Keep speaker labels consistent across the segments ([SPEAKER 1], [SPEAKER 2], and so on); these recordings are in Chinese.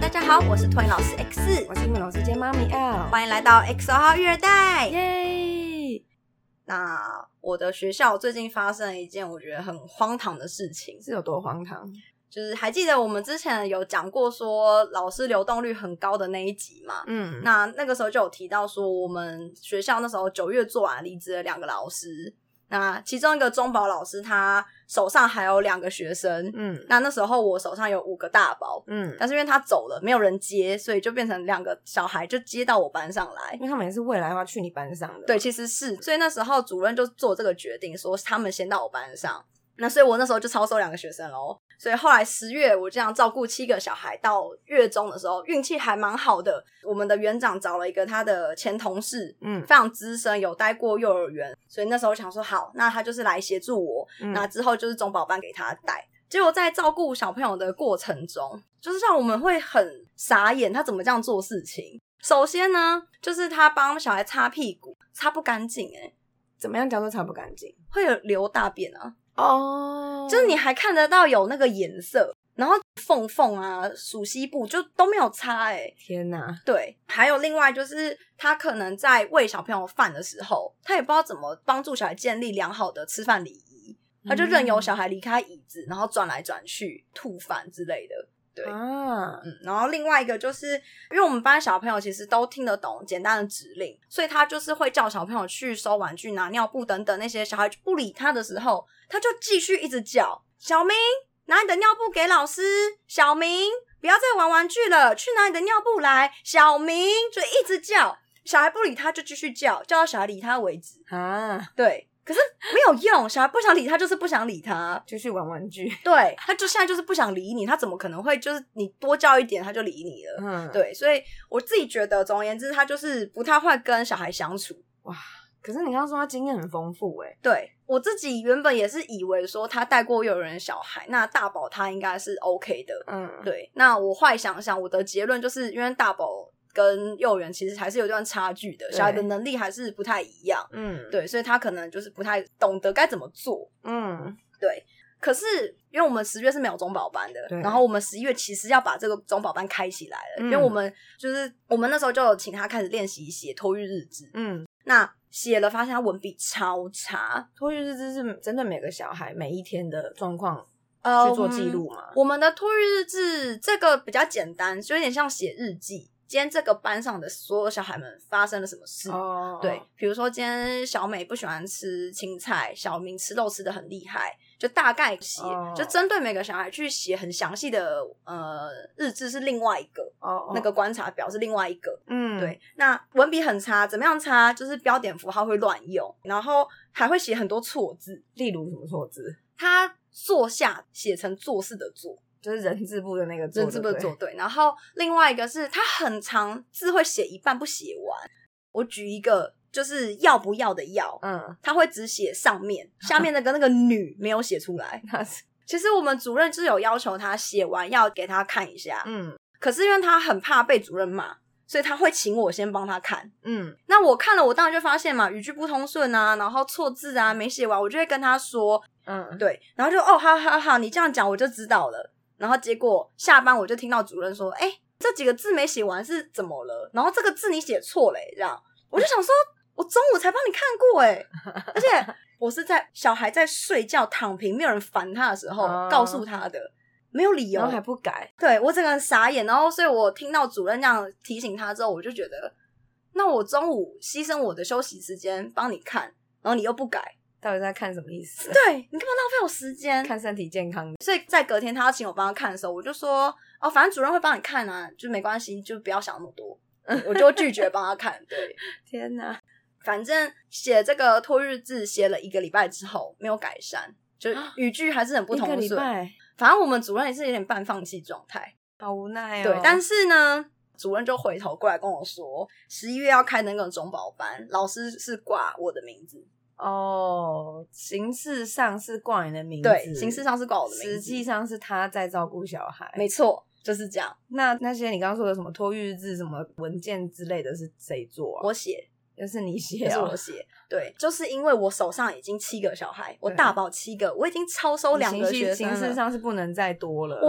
[SPEAKER 1] 大家好，我是托尼老师 X，
[SPEAKER 2] 我是英文老师兼妈咪 L，
[SPEAKER 1] 欢迎来到 X 号育儿袋，
[SPEAKER 2] 耶！
[SPEAKER 1] 那我的学校最近发生了一件我觉得很荒唐的事情，
[SPEAKER 2] 是有多荒唐？
[SPEAKER 1] 就是还记得我们之前有讲过说老师流动率很高的那一集嘛？那个时候就有提到说我们学校那时候9月做完离职了2个老师，那其中一个中保老师他手上还有2个学生，那时候我手上有5个大保，但是因为他走了没有人接，所以就变成2个小孩就接到我班上来，
[SPEAKER 2] 因为他们也是未来要去你班上的。
[SPEAKER 1] 对，其实是，所以那时候主任就做这个决定说他们先到我班上，那所以我那时候就超收2个学生咯，所以后来10月我这样照顾7个小孩，到月中的时候运气还蛮好的，我们的园长找了一个他的前同事，非常资深，有待过幼儿园，所以那时候想说好，那他就是来协助我，那之后就是中保班给他带。结果在照顾小朋友的过程中，就是让我们会很傻眼，他怎么这样做事情。首先呢，就是他帮小孩擦屁股，擦不干净
[SPEAKER 2] 怎么样叫做擦不干净？
[SPEAKER 1] 会有流大便啊。
[SPEAKER 2] 就是
[SPEAKER 1] 你还看得到有那个颜色，然后缝啊鼠蹊部就都没有擦
[SPEAKER 2] 天哪。
[SPEAKER 1] 对，还有另外就是他可能在喂小朋友饭的时候，他也不知道怎么帮助小孩建立良好的吃饭礼仪，他就任由小孩离开椅子，然后转来转去吐饭之类的。对然后另外一个就是因为我们班小朋友其实都听得懂简单的指令，所以他就是会叫小朋友去收玩具拿尿布等等，那些小孩不理他的时候，他就继续一直叫小明拿你的尿布给老师，小明不要再玩玩具了，去拿你的尿布来，小明就一直叫，小孩不理他就继续叫到小孩理他为止对，可是没有用，小孩不想理他就是不想理他，
[SPEAKER 2] 就去玩玩具。
[SPEAKER 1] 对，他就现在就是不想理你，他怎么可能会就是你多叫一点他就理你了对，所以我自己觉得总而言之他就是不太会跟小孩相处。
[SPEAKER 2] 哇，可是你刚刚说他经验很丰富
[SPEAKER 1] 对，我自己原本也是以为说他带过幼儿园小孩，那大宝他应该是 OK 的对，那我后来想想我的结论就是因为大宝跟幼儿园其实还是有一段差距的，小孩的能力还是不太一样对，所以他可能就是不太懂得该怎么做对。可是因为我们10月是没有中保班的，然后我们11月其实要把这个中保班开起来了因为我们那时候就有请他开始练习写托育日志那写了发现他文笔超差。
[SPEAKER 2] 托育日志是针对每个小孩每一天的状况去做记录吗？
[SPEAKER 1] 我们的托育日志这个比较简单，就有点像写日记，今天这个班上的所有小孩们发生了什么事对，比如说今天小美不喜欢吃青菜，小明吃肉吃得很厉害，就大概写就针对每个小孩去写很详细的日志是另外一个那个观察表是另外一个对。那文笔很差，怎么样差？就是标点符号会乱用，然后还会写很多错字。
[SPEAKER 2] 例如什么错字？
[SPEAKER 1] 他坐下写成做事的做，
[SPEAKER 2] 就是人字部的那个做，
[SPEAKER 1] 人字部的做对。然后另外一个是他很长字会写一半不写完。我举一个就是要不要的要他会只写上面，下面那个女没有写出来其实我们主任就是有要求他写完要给他看一下可是因为他很怕被主任骂，所以他会请我先帮他看那我看了我当然就发现嘛，语句不通顺啊，然后错字啊没写完，我就会跟他说对，然后就好你这样讲我就知道了。然后结果下班我就听到主任说这几个字没写完是怎么了，然后这个字你写错了这样。我就想说我中午才帮你看过而且我是在小孩在睡觉躺平没有人烦他的时候告诉他的，没有理由，
[SPEAKER 2] 然后还不改。
[SPEAKER 1] 对，我整个人傻眼。然后所以我听到主任这样提醒他之后，我就觉得那我中午牺牲我的休息时间帮你看，然后你又不改，
[SPEAKER 2] 到底在看什么意思？
[SPEAKER 1] 对，你干嘛浪费我时间
[SPEAKER 2] 看身体健康？
[SPEAKER 1] 所以在隔天他要请我帮他看的时候，我就说反正主任会帮你看啊，就没关系，就不要想那么多我就拒绝帮他看对，
[SPEAKER 2] 天哪。
[SPEAKER 1] 反正写这个托育字写了1个礼拜之后没有改善，就语句还是很不通顺。
[SPEAKER 2] 1个礼拜，
[SPEAKER 1] 反正我们主任也是有点半放弃状态，
[SPEAKER 2] 好无奈
[SPEAKER 1] 对，但是呢主任就回头过来跟我说11月要开那个中保班，老师是挂我的名字
[SPEAKER 2] 形式上是挂你的名字，
[SPEAKER 1] 对，形式上是挂我的名字，
[SPEAKER 2] 实际上是他在照顾小孩。
[SPEAKER 1] 没错，就是这样。
[SPEAKER 2] 那些你刚刚说的什么托育日志什么文件之类的是谁做
[SPEAKER 1] 我写。
[SPEAKER 2] 就是你写
[SPEAKER 1] 就是我写对，就是因为我手上已经7个小孩，我大宝7个，我已经超收2个学生了，
[SPEAKER 2] 形式上是不能再多了。
[SPEAKER 1] 我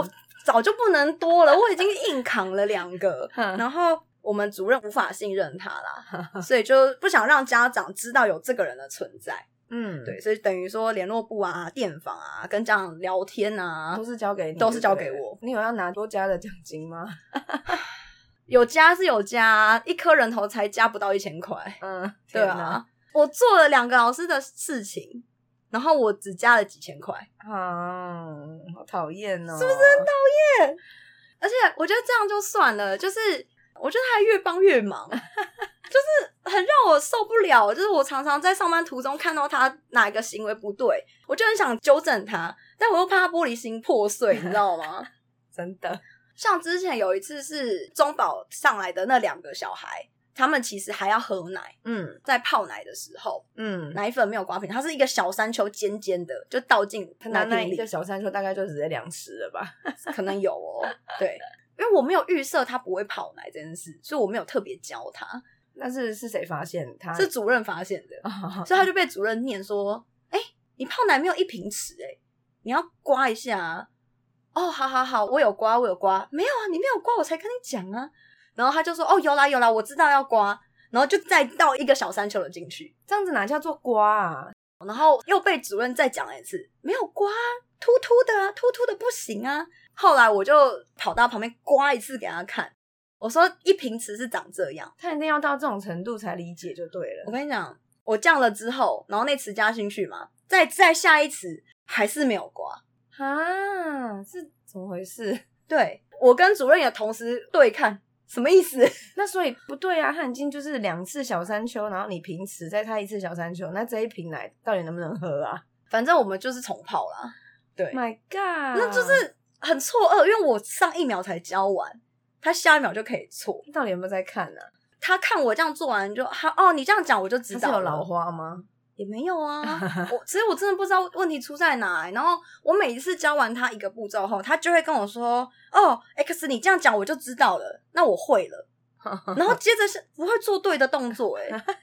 [SPEAKER 1] 早就不能多了，我已经硬扛了2个，然后我们主任无法信任他啦，所以就不想让家长知道有这个人的存在。对，所以等于说联络部啊、电访啊、跟家长聊天啊，
[SPEAKER 2] 都是交给你，
[SPEAKER 1] 都是交给我。
[SPEAKER 2] 你有要拿多加的奖金吗？
[SPEAKER 1] 有加是有加，一颗人头才加不到1000块。对啊，我做了2个老师的事情，然后我只加了几千块。
[SPEAKER 2] 好讨厌哦，
[SPEAKER 1] 是不是很讨厌？而且我觉得这样就算了，就是我觉得他还越帮越忙，就是很让我受不了。就是我常常在上班途中看到他哪一个行为不对，我就很想纠正他，但我又怕他玻璃心破碎，你知道吗？
[SPEAKER 2] 真的。
[SPEAKER 1] 像之前有一次是中保上来的那2个小孩，他们其实还要喝奶，在泡奶的时候，奶粉没有刮平，它是一个小山丘尖尖的，就倒进奶瓶里。
[SPEAKER 2] 一个小山丘大概就直接2匙了吧？
[SPEAKER 1] 可能有哦，对，因为我没有预设他不会泡奶这件事，所以我没有特别教他。
[SPEAKER 2] 但是谁发现他？
[SPEAKER 1] 是主任发现的，所以他就被主任念说：“你泡奶没有1平匙，你要刮一下啊。”哦，好，我有刮，没有啊，你没有刮，我才跟你讲啊。然后他就说：“哦，有啦，我知道要刮。”然后就再倒一个小山丘的进去，
[SPEAKER 2] 这样子哪叫做刮啊？
[SPEAKER 1] 然后又被主任再讲了一次，没有刮，凸凸的啊，凸凸的不行啊。后来我就跑到旁边刮一次给他看，我说1平匙是长这样，
[SPEAKER 2] 他一定要到这种程度才理解就对了。
[SPEAKER 1] 我跟你讲，我降了之后，然后那匙加进去嘛，再下一匙还是没有刮
[SPEAKER 2] 啊，是怎么回事？
[SPEAKER 1] 对，我跟主任也同时对看，什么意思？
[SPEAKER 2] 那所以不对啊，他已经就是2次小山丘，然后你平匙再他1次小山丘，那这一瓶奶到底能不能喝啊？
[SPEAKER 1] 反正我们就是重泡啦。对
[SPEAKER 2] ，My God，
[SPEAKER 1] 那就是很错愕，因为我上1秒才教完，他下1秒就可以错。
[SPEAKER 2] 到底有没有在看啊？
[SPEAKER 1] 他看我这样做完就你这样讲我就知道了。
[SPEAKER 2] 他是有老花吗？
[SPEAKER 1] 也没有啊，其实我真的不知道问题出在哪然后我每一次教完他1个步骤后，他就会跟我说X 你这样讲我就知道了，那我会了。然后接着是不会做对的动作我就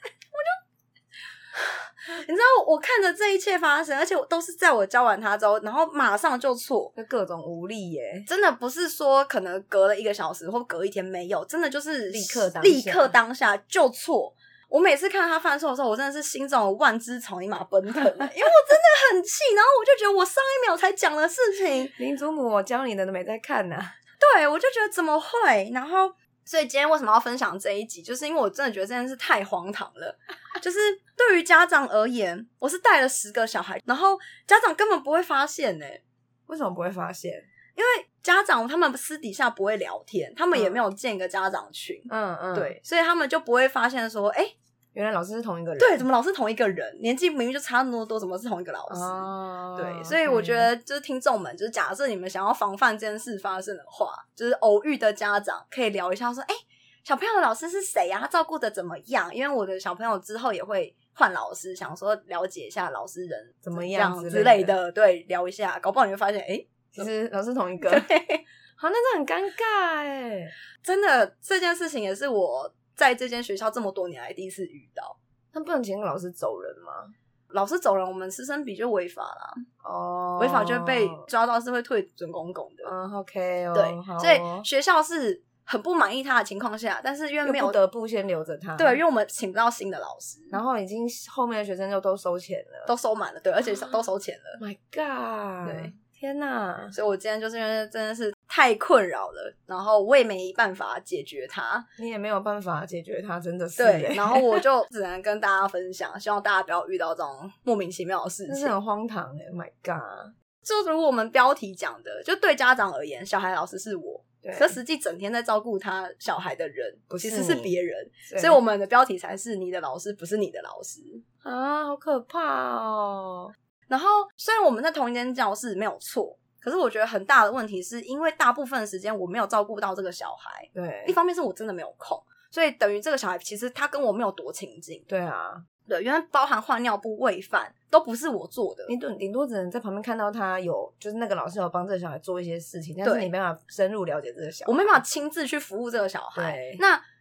[SPEAKER 1] 你知道我看着这一切发生，而且都是在我教完他之后，然后马上就错，
[SPEAKER 2] 就各种无力耶。
[SPEAKER 1] 真的不是说可能隔了1个小时或隔1天没有，真的就是
[SPEAKER 2] 立刻
[SPEAKER 1] 当下就错。我每次看到他犯错的时候，我真的是心中有万只草泥马奔腾因为我真的很气，然后我就觉得我上1秒才讲的事情，
[SPEAKER 2] 林祖母我教你的都没在看啊。
[SPEAKER 1] 对，我就觉得怎么会，然后所以今天为什么要分享这一集，就是因为我真的觉得这件事太荒唐了就是对于家长而言，我是带了10个小孩，然后家长根本不会发现
[SPEAKER 2] 为什么不会发现？
[SPEAKER 1] 因为家长他们私底下不会聊天，他们也没有建一个家长群对，所以他们就不会发现说
[SPEAKER 2] 原来老师是同一个人。
[SPEAKER 1] 对，怎么老师同一个人，年纪明明就差那么多，怎么是同一个老师对，所以我觉得就是听众们，就是假设你们想要防范这件事发生的话，就是偶遇的家长可以聊一下说小朋友的老师是谁啊，他照顾的怎么样，因为我的小朋友之后也会换老师，想说了解一下老师人
[SPEAKER 2] 怎么样
[SPEAKER 1] 之类的对，聊一下，搞不好你会发现
[SPEAKER 2] 其实老师同一个
[SPEAKER 1] 对
[SPEAKER 2] 好，那这很尴尬
[SPEAKER 1] 真的这件事情也是我在这间学校这么多年来第一次遇到。
[SPEAKER 2] 那不能请老师走人吗？
[SPEAKER 1] 老师走人，我们师生比就违法啦违法就会被抓到是会退准公公的
[SPEAKER 2] OK
[SPEAKER 1] 对所以学校是很不满意他的情况下，但是因为没有
[SPEAKER 2] 不得不先留着他，
[SPEAKER 1] 对，因为我们请不到新的老师，
[SPEAKER 2] 然后已经后面的学生就都收钱了，
[SPEAKER 1] 都收满了，对，而且都收钱了
[SPEAKER 2] My God，
[SPEAKER 1] 对，
[SPEAKER 2] 天哪！
[SPEAKER 1] 所以我今天就是因为真的是太困扰了，然后我也没办法解决它，
[SPEAKER 2] 你也没有办法解决它，真的是
[SPEAKER 1] 对，然后我就只能跟大家分享，希望大家不要遇到这种莫名其妙的事情，
[SPEAKER 2] 真是很荒唐My God，
[SPEAKER 1] 就如我们标题讲的，就对家长而言，小孩老师是我，
[SPEAKER 2] 对，
[SPEAKER 1] 可实际整天在照顾他小孩的人其实是别人，
[SPEAKER 2] 所
[SPEAKER 1] 以我们的标题才是你的老师不是你的老师
[SPEAKER 2] 啊，好可怕哦。
[SPEAKER 1] 然后虽然我们在同一间教室没有错，可是我觉得很大的问题是因为大部分的时间我没有照顾到这个小孩，
[SPEAKER 2] 对，
[SPEAKER 1] 一方面是我真的没有空，所以等于这个小孩其实他跟我没有多亲近，
[SPEAKER 2] 对啊，
[SPEAKER 1] 对，因为包含换尿布喂饭都不是我做的，
[SPEAKER 2] 你顶多只能在旁边看到他有就是那个老师有帮这个小孩做一些事情，但是你没办法深入了解这个小孩，
[SPEAKER 1] 我没办法亲自去服务这个小孩，
[SPEAKER 2] 对，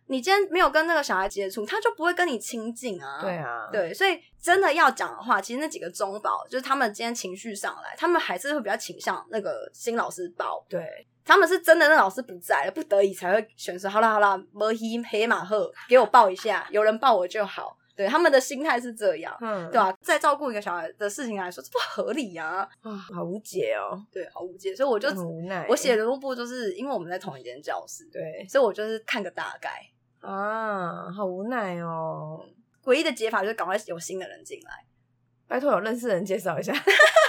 [SPEAKER 1] 你今天没有跟那个小孩接触，他就不会跟你亲近啊。
[SPEAKER 2] 对啊，
[SPEAKER 1] 对，所以真的要讲的话，其实那几个中保就是他们今天情绪上来，他们还是会比较倾向那个新老师抱。
[SPEAKER 2] 对，
[SPEAKER 1] 他们是真的那老师不在了，不得已才会选择好啦，没黑马赫给我抱一下，有人抱我就好。对，他们的心态是这样，对吧？在照顾一个小孩的事情来说，这不合理啊！
[SPEAKER 2] 好无解哦。
[SPEAKER 1] 对，好无解，所以我就
[SPEAKER 2] 很无奈。
[SPEAKER 1] 我写的录部就是因为我们在同一间教室，
[SPEAKER 2] 对，
[SPEAKER 1] 所以我就是看个大概
[SPEAKER 2] 啊，好无奈哦。
[SPEAKER 1] 唯一的解法就是赶快有新的人进来，
[SPEAKER 2] 拜托有认识的人介绍一下。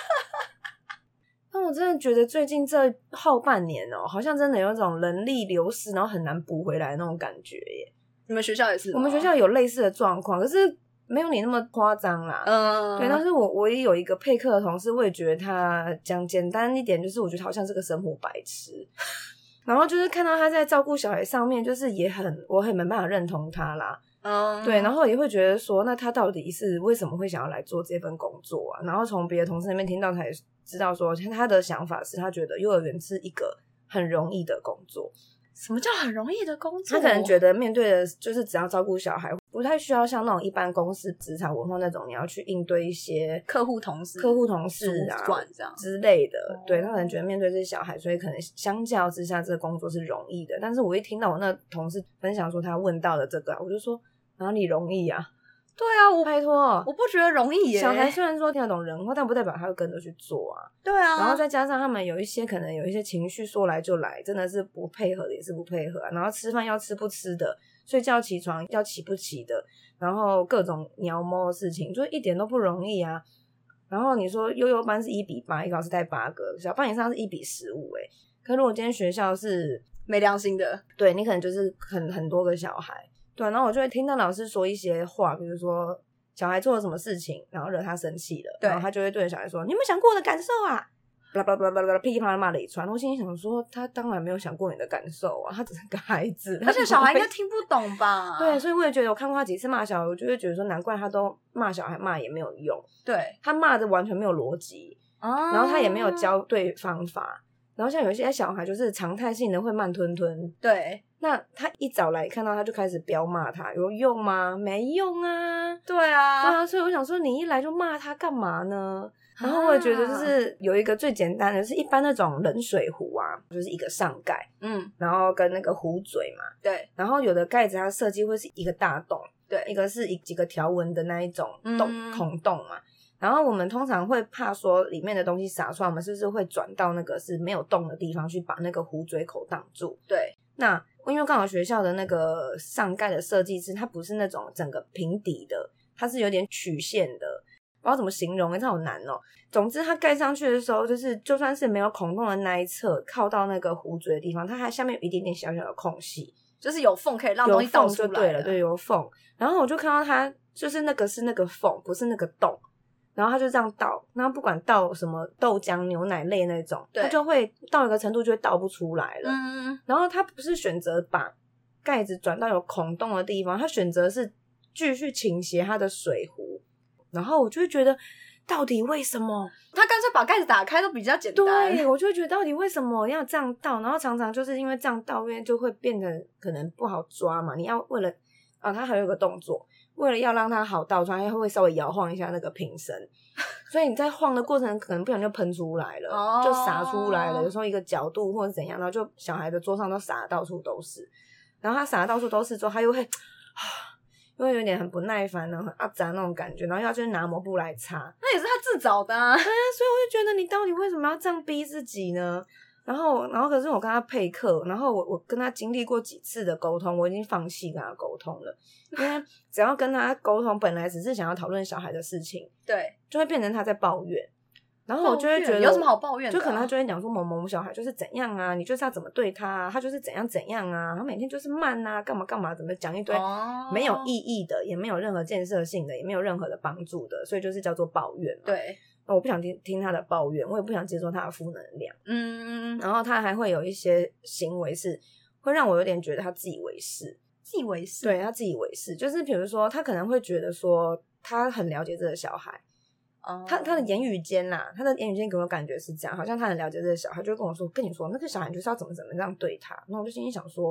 [SPEAKER 2] 但我真的觉得最近这后半年哦，好像真的有一种人力流失，然后很难补回来的那种感觉耶。
[SPEAKER 1] 你们学校也是吗？
[SPEAKER 2] 我们学校有类似的状况，可是没有你那么夸张啦。对，但是我也有一个配课的同事，我也觉得他讲简单一点，就是我觉得他好像是个生活白痴。然后就是看到他在照顾小孩上面，就是我很没办法认同他啦。对，然后也会觉得说，那他到底是为什么会想要来做这份工作啊？然后从别的同事那边听到才知道说，他的想法是他觉得幼儿园是一个很容易的工作。
[SPEAKER 1] 什么叫很容易的工作？
[SPEAKER 2] 他可能觉得面对的就是只要照顾小孩，不太需要像那种一般公司职场文化那种你要去应对一些
[SPEAKER 1] 客户同事
[SPEAKER 2] 啊
[SPEAKER 1] 这样
[SPEAKER 2] 之类的。对，他可能觉得面对这些小孩，所以可能相较之下这个工作是容易的。但是我一听到我那同事分享说他问到的这个，我就说哪里容易啊？
[SPEAKER 1] 对啊，
[SPEAKER 2] 拜托，
[SPEAKER 1] 我不觉得容易耶。
[SPEAKER 2] 小孩虽然说听得懂人话，但不代表他会跟着去做啊。
[SPEAKER 1] 对啊，
[SPEAKER 2] 然后再加上他们可能有一些情绪说来就来，真的是不配合的也是不配合啊。然后吃饭要吃不吃的，睡觉起床要起不起的，然后各种鸟猫的事情，就一点都不容易啊。然后你说幼幼班是1:8，一个老师带8个，小班以上是1:15欸。可如果今天学校是
[SPEAKER 1] 没良心的，
[SPEAKER 2] 对你可能就是很多个小孩。对，然后我就会听到老师说一些话，比如说小孩做了什么事情，然后惹他生气了，然后他就会对着小孩说：“你有没有想过我的感受啊？”巴拉巴拉巴拉噼里啪啦骂了一串。我心里想说，他当然没有想过你的感受啊，他只是个孩子，
[SPEAKER 1] 而且小孩应该听不懂吧？
[SPEAKER 2] 对，所以我也觉得我看过他几次骂小孩，我就会觉得说，难怪他都骂小孩骂也没有用，
[SPEAKER 1] 对，
[SPEAKER 2] 他骂的完全没有逻辑，然后他也没有教对方法。然后像有些小孩就是常态性的会慢吞吞，
[SPEAKER 1] 对，
[SPEAKER 2] 那他一早来看到他就开始飙骂他，有用吗？没用啊。
[SPEAKER 1] 对啊，
[SPEAKER 2] 所以我想说你一来就骂他干嘛呢？然后我也觉得就是有一个最简单的，是一般那种冷水壶啊，就是一个上盖，然后跟那个壶嘴嘛，
[SPEAKER 1] 对，
[SPEAKER 2] 然后有的盖子它设计会是一个大洞，
[SPEAKER 1] 对，
[SPEAKER 2] 一个是几个条纹的那一种孔洞嘛。然后我们通常会怕说里面的东西洒出来，我们是不是会转到那个是没有洞的地方去把那个壶嘴口挡住？
[SPEAKER 1] 对，
[SPEAKER 2] 那因为刚好学校的那个上盖的设计是它不是那种整个平底的，它是有点曲线的，不知道怎么形容，它好难哦。总之它盖上去的时候，就是就算是没有孔洞的那一侧靠到那个壶嘴的地方，它还下面有一点点小小的空隙，
[SPEAKER 1] 就是有缝可以让东西倒出来，
[SPEAKER 2] 就对了，对，有缝。然后我就看到它就是那个是那个缝，不是那个洞。然后他就这样倒，然后不管倒什么豆浆、牛奶类那种，他就会到一个程度就会倒不出来了。然后他不是选择把盖子转到有孔洞的地方，他选择是继续倾斜他的水壶。然后我就会觉得，到底为什么
[SPEAKER 1] 他干脆把盖子打开都比较简单？
[SPEAKER 2] 对，我就会觉得到底为什么要这样倒？然后常常就是因为这样倒，因为就会变成可能不好抓嘛。你要为了他还有一个动作。为了要让它好倒出来，会稍微摇晃一下那个瓶身，所以你在晃的过程可能不小心就喷出来了，就洒出来了。有时候一个角度或者怎样，然后就小孩的桌上都洒得到处都是。然后他洒得到处都是之后，他又会有点很不耐烦，然后很阿杂那种感觉，然后要去拿抹布来擦。
[SPEAKER 1] 那也是他自找的啊。
[SPEAKER 2] 对啊，所以我就觉得你到底为什么要这样逼自己呢？然后可是我跟他配课，然后我跟他经历过几次的沟通，我已经放弃跟他沟通了，因为只要跟他沟通，本来只是想要讨论小孩的事情，
[SPEAKER 1] 对，
[SPEAKER 2] 就会变成他在抱怨，然后我就会觉得
[SPEAKER 1] 有什么好抱怨的？
[SPEAKER 2] 就可能他就会讲说某某小孩就是怎样啊，你就是要怎么对他啊，他就是怎样怎样啊，他每天就是慢啊，干嘛干嘛，怎么讲一堆没有意义的，也没有任何建设性的，也没有任何的帮助的，所以就是叫做抱怨嘛。
[SPEAKER 1] 对。
[SPEAKER 2] 我不想听他的抱怨，我也不想接受他的负能量。然后他还会有一些行为是会让我有点觉得他自以为是。
[SPEAKER 1] 自以为是？
[SPEAKER 2] 对，他自以为是，就是比如说他可能会觉得说他很了解这个小孩，他的言语间啦，他的言语间给我感觉是这样，好像他很了解这个小孩，就会跟我说，跟你说那个小孩就是要怎么样对他。那我就心里想说，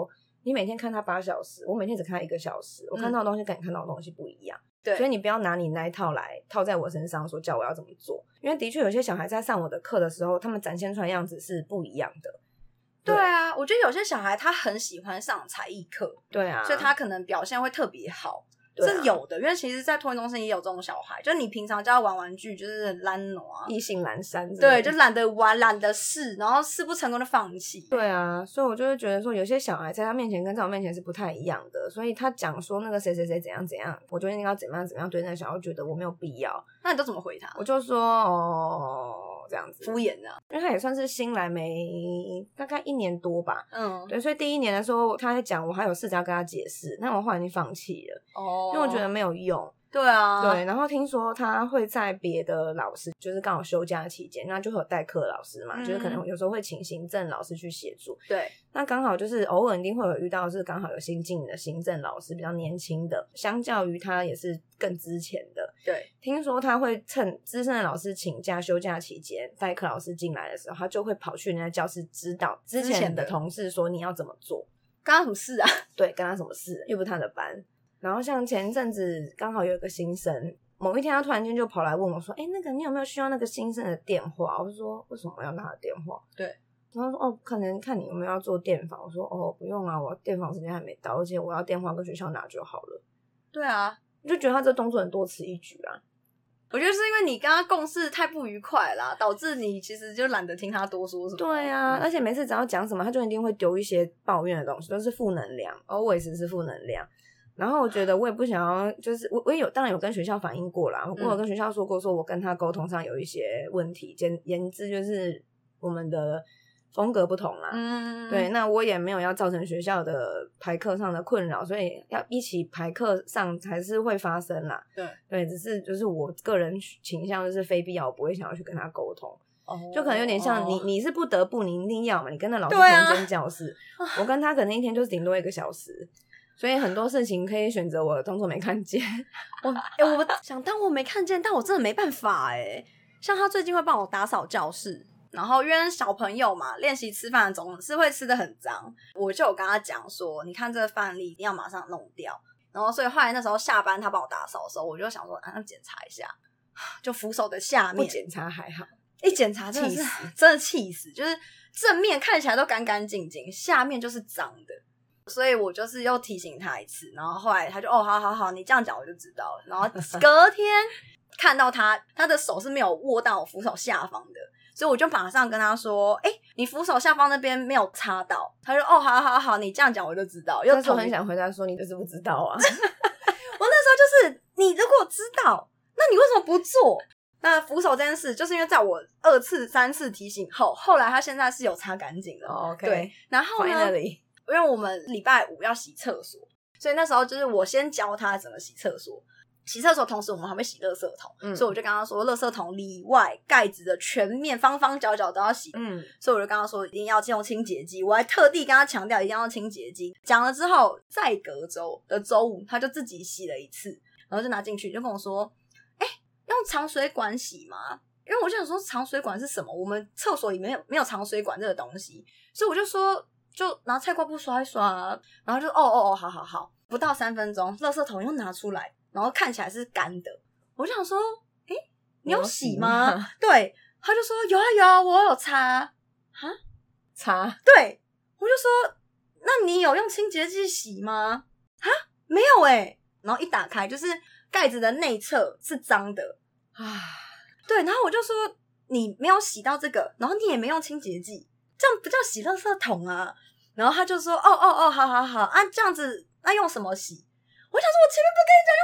[SPEAKER 2] 你每天看他8小时，我每天只看他1个小时，我看到的东西跟你看到的东西不一样。
[SPEAKER 1] 对，
[SPEAKER 2] 所以你不要拿你那一套来套在我身上，说叫我要怎么做。因为的确有些小孩在上我的课的时候，他们展现出来的样子是不一样的。
[SPEAKER 1] 对啊，我觉得有些小孩他很喜欢上才艺课，
[SPEAKER 2] 对啊，
[SPEAKER 1] 所以他可能表现会特别好。是有的，因为其实在托婴中心也有这种小孩，就你平常叫他玩玩具就是懒惰啊，
[SPEAKER 2] 意兴阑珊，
[SPEAKER 1] 对，就懒得玩懒得试，然后试不成功就放弃。
[SPEAKER 2] 对啊，所以我就会觉得说有些小孩在他面前跟在我面前是不太一样的，所以他讲说那个谁谁谁怎样怎样，我就应该怎么样怎么样对那个小孩，觉得我没有必要。
[SPEAKER 1] 那你都怎么回他？
[SPEAKER 2] 我就说这样子
[SPEAKER 1] 敷衍啊，
[SPEAKER 2] 因为他也算是新来没大概1年多吧，对，所以第1年的时候他在讲，我还有试着要跟他解释，但我后来已经放弃了，因为我觉得没有用。
[SPEAKER 1] 对啊，
[SPEAKER 2] 对，然后听说他会在别的老师，就是刚好休假期间，那就会有代课老师嘛，就是可能有时候会请行政老师去协助。
[SPEAKER 1] 对，
[SPEAKER 2] 那刚好就是偶尔一定会有遇到，是刚好有新进的行政老师，比较年轻的，相较于他也是更资浅的。
[SPEAKER 1] 对，
[SPEAKER 2] 听说他会趁资深的老师请假休假期间，代课老师进来的时候，他就会跑去人家教室指导之前的同事说你要怎么做，
[SPEAKER 1] 跟他什么事啊？
[SPEAKER 2] 对，跟他什么事，又不是他的班。然后像前阵子刚好有一个新生，某一天他突然间就跑来问我说那个你有没有需要那个新生的电话？我就说为什么要他的电话？
[SPEAKER 1] 对，
[SPEAKER 2] 然后说可能看你有没有要做电访。我说不用啊，我电访时间还没到，而且我要电话跟学校拿就好了。
[SPEAKER 1] 对啊，
[SPEAKER 2] 我就觉得他这动作很多此一举啊。
[SPEAKER 1] 我觉得是因为你跟他共事太不愉快啦，导致你其实就懒得听他多说什么。
[SPEAKER 2] 对啊，而且每次只要讲什么，他就一定会丢一些抱怨的东西，都是负能量 ，always 是负能量。然后我觉得我也不想要，就是我也当然有跟学校反映过啦，我有跟学校说过，说我跟他沟通上有一些问题，言之就是我们的风格不同啦。对，那我也没有要造成学校的排课上的困扰，所以要一起排课上还是会发生啦。对，只是就是我个人倾向就是非必要，我不会想要去跟他沟通。就可能有点像你是不得不你一定要嘛，你跟那老师同间教室，我跟他可能一天就是顶多1个小时。所以很多事情可以选择我当作没看见。
[SPEAKER 1] 我想当我没看见，但我真的没办法像他最近会帮我打扫教室，然后因为小朋友嘛，练习吃饭的总是会吃得很脏，我就有跟他讲说，你看这个饭粒一定要马上弄掉。然后所以后来那时候下班他帮我打扫的时候，我就想说检查一下，就扶手的下面，
[SPEAKER 2] 不检查还好，
[SPEAKER 1] 一检查真的气死，就是正面看起来都干干净净，下面就是脏的。所以我就是又提醒他一次，然后后来他就好，你这样讲我就知道了。然后隔天看到他的手是没有握到我扶手下方的，所以我就马上跟他说你扶手下方那边没有擦到。他就好，你这样讲我就知道。
[SPEAKER 2] 那时候很想回答说你就是不知道啊。
[SPEAKER 1] 我那时候就是你如果知道，那你为什么不做？那扶手这件事就是因为在我2次3次提醒后来他现在是有擦干净的。
[SPEAKER 2] OK，
[SPEAKER 1] 对，然后呢因为我们礼拜5要洗厕所，所以那时候就是我先教他怎么洗厕所。洗厕所同时我们还会洗垃圾桶，所以我就跟他说垃圾桶里外盖子的全面方方角角都要洗。所以我就跟他说一定要用清洁剂，我还特地跟他强调一定要用清洁剂。讲了之后，再隔周的周5他就自己洗了1次，然后就拿进去就跟我说用长水管洗吗？因为我就想说长水管是什么，我们厕所里面没有长水管这个东西，所以我就说就拿菜瓜布刷一刷然后就好，不到3分钟垃圾桶又拿出来，然后看起来是干的。我就想说你有洗吗？对，他就说有啊我有擦。
[SPEAKER 2] 擦？
[SPEAKER 1] 对，我就说那你有用清洁剂洗吗？没有然后一打开就是盖子的内侧是脏的对，然后我就说你没有洗到这个，然后你也没用清洁剂，这样不叫洗垃圾桶啊。然后他就说好这样子那用什么洗？我想说我前面不跟你讲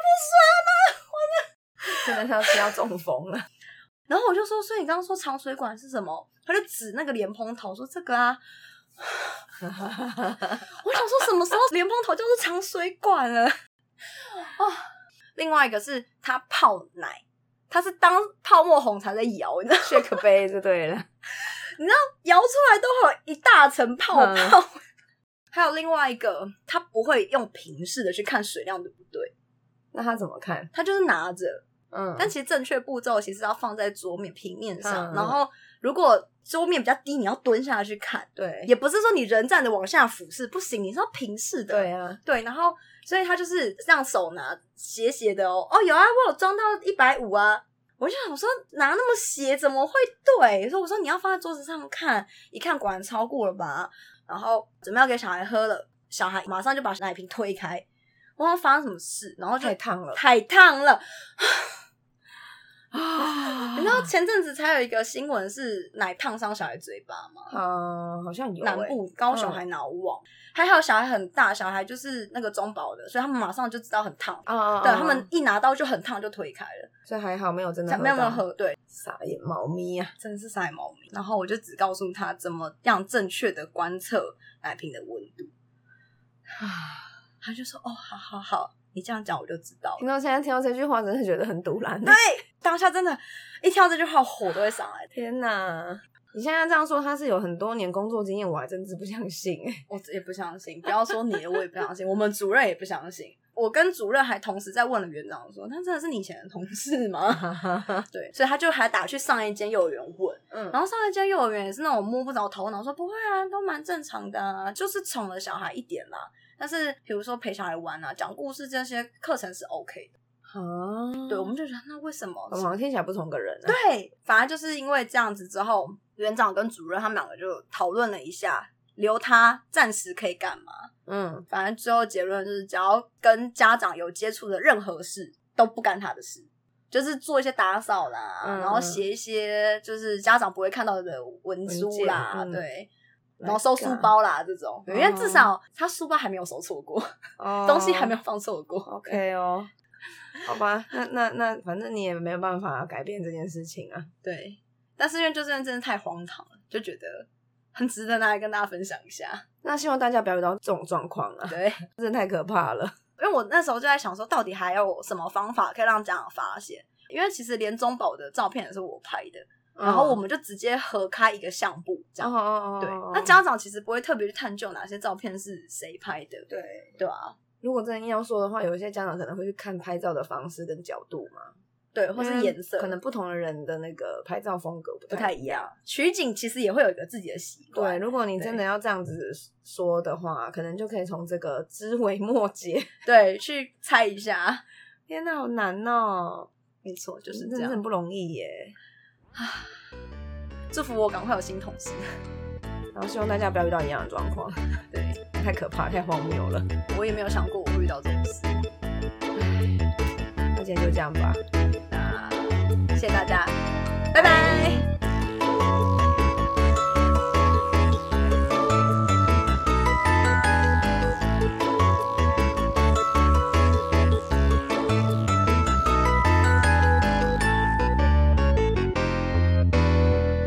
[SPEAKER 1] 用菜瓜布刷吗？
[SPEAKER 2] 真的是要中风了。
[SPEAKER 1] 然后我就说所以你刚刚说长水管是什么？他就指那个莲蓬头说这个啊。我想说什么时候莲蓬头就是长水管了另外一个是他泡奶，他是当泡沫红茶在摇，你知道
[SPEAKER 2] shake 杯就对了。
[SPEAKER 1] 你知道摇出来都会有一大层泡泡还有另外一个他不会用平视的去看水量对不对，
[SPEAKER 2] 那他怎么看？
[SPEAKER 1] 他就是拿着但其实正确步骤其实要放在桌面平面上然后如果桌面比较低，你要蹲下去看，
[SPEAKER 2] 对，
[SPEAKER 1] 也不是说你人站着往下俯视，不行，你是要平视的，
[SPEAKER 2] 对啊，
[SPEAKER 1] 对，然后所以他就是这样手拿斜斜的哦，有啊，我有装到150啊，我就想说拿那么斜怎么会对？所以我说你要放在桌子上看，一看果然超过了吧，然后准备要给小孩喝了，小孩马上就把奶瓶推开，我忘了发生什么事，然后就
[SPEAKER 2] 太烫了
[SPEAKER 1] 啊！你知道前阵子才有一个新闻是奶烫伤小孩嘴巴吗？
[SPEAKER 2] 好像有
[SPEAKER 1] 南部高雄还哪我忘，还好小孩很大，小孩就是那个中保的，所以他们马上就知道很烫，对，他们一拿到就很烫就推开了，
[SPEAKER 2] 所以还好没有真的喝到，
[SPEAKER 1] 没有喝，对，
[SPEAKER 2] 傻眼猫咪啊，
[SPEAKER 1] 真的是傻眼猫咪。然后我就只告诉他怎么样正确的观测奶瓶的温度，他就说哦，好。你这样讲我就知道了。
[SPEAKER 2] 现在听到这句话真的觉得很毒辣。
[SPEAKER 1] 对，当下真的一听到这句话火都会上来。
[SPEAKER 2] 天哪，你现在这样说他是有很多年工作经验，我还真是不相信。
[SPEAKER 1] 我也不相信，不要说你的我也不相信，我们主任也不相信。我跟主任还同时在问了园长说，他真的是你以前的同事吗？对，所以他就还打去上一间幼儿园问，然后上一间幼儿园也是那种摸不着头脑，说不会啊，都蛮正常的啊，就是宠了小孩一点啦。但是比如说陪小孩玩啊，讲故事这些课程是 OK 的。对，我们就觉得那为什么？
[SPEAKER 2] 我们好像听起来不同个人啊。
[SPEAKER 1] 对，反正就是因为这样子之后，园长跟主任他们两个就讨论了一下，留他暂时可以干嘛。反正最后结论就是只要跟家长有接触的任何事都不干他的事，就是做一些打扫啦，然后写一些就是家长不会看到的文书啦，对，然后收书包啦这种，因为至少他书包还没有收错过，东西还没有放错过。
[SPEAKER 2] OK 哦，好吧，那反正你也没有办法改变这件事情啊。
[SPEAKER 1] 对，但是因为就真的太荒唐了，就觉得很值得拿来跟大家分享一下。
[SPEAKER 2] 那希望大家不要遇到这种状况啊，
[SPEAKER 1] 对，
[SPEAKER 2] 真的太可怕了。
[SPEAKER 1] 因为我那时候就在想说，到底还有什么方法可以让家长发现？因为其实连中宝的照片也是我拍的。然后我们就直接合开一个相簿这样，对，那家长其实不会特别去探究哪些照片是谁拍的，对啊。
[SPEAKER 2] 如果真的硬要说的话，有一些家长可能会去看拍照的方式跟角度嘛，
[SPEAKER 1] 对，或是颜色，
[SPEAKER 2] 可能不同的人的那个拍照风格不
[SPEAKER 1] 太一样。取景其实也会有一个自己的习惯，
[SPEAKER 2] 对，如果你真的要这样子说的话，可能就可以从这个枝微末节，
[SPEAKER 1] 对，去猜一下。
[SPEAKER 2] 天哪，好难哦！
[SPEAKER 1] 没错，就是这样，
[SPEAKER 2] 真的很不容易耶。
[SPEAKER 1] 祝福我赶快有新同事，
[SPEAKER 2] 然后希望大家不要遇到一样的状况。
[SPEAKER 1] 对，
[SPEAKER 2] 太可怕，太荒谬了。
[SPEAKER 1] 我也没有想过我会遇到这种事。
[SPEAKER 2] 那今天就这样吧。
[SPEAKER 1] 那谢谢大家，拜拜。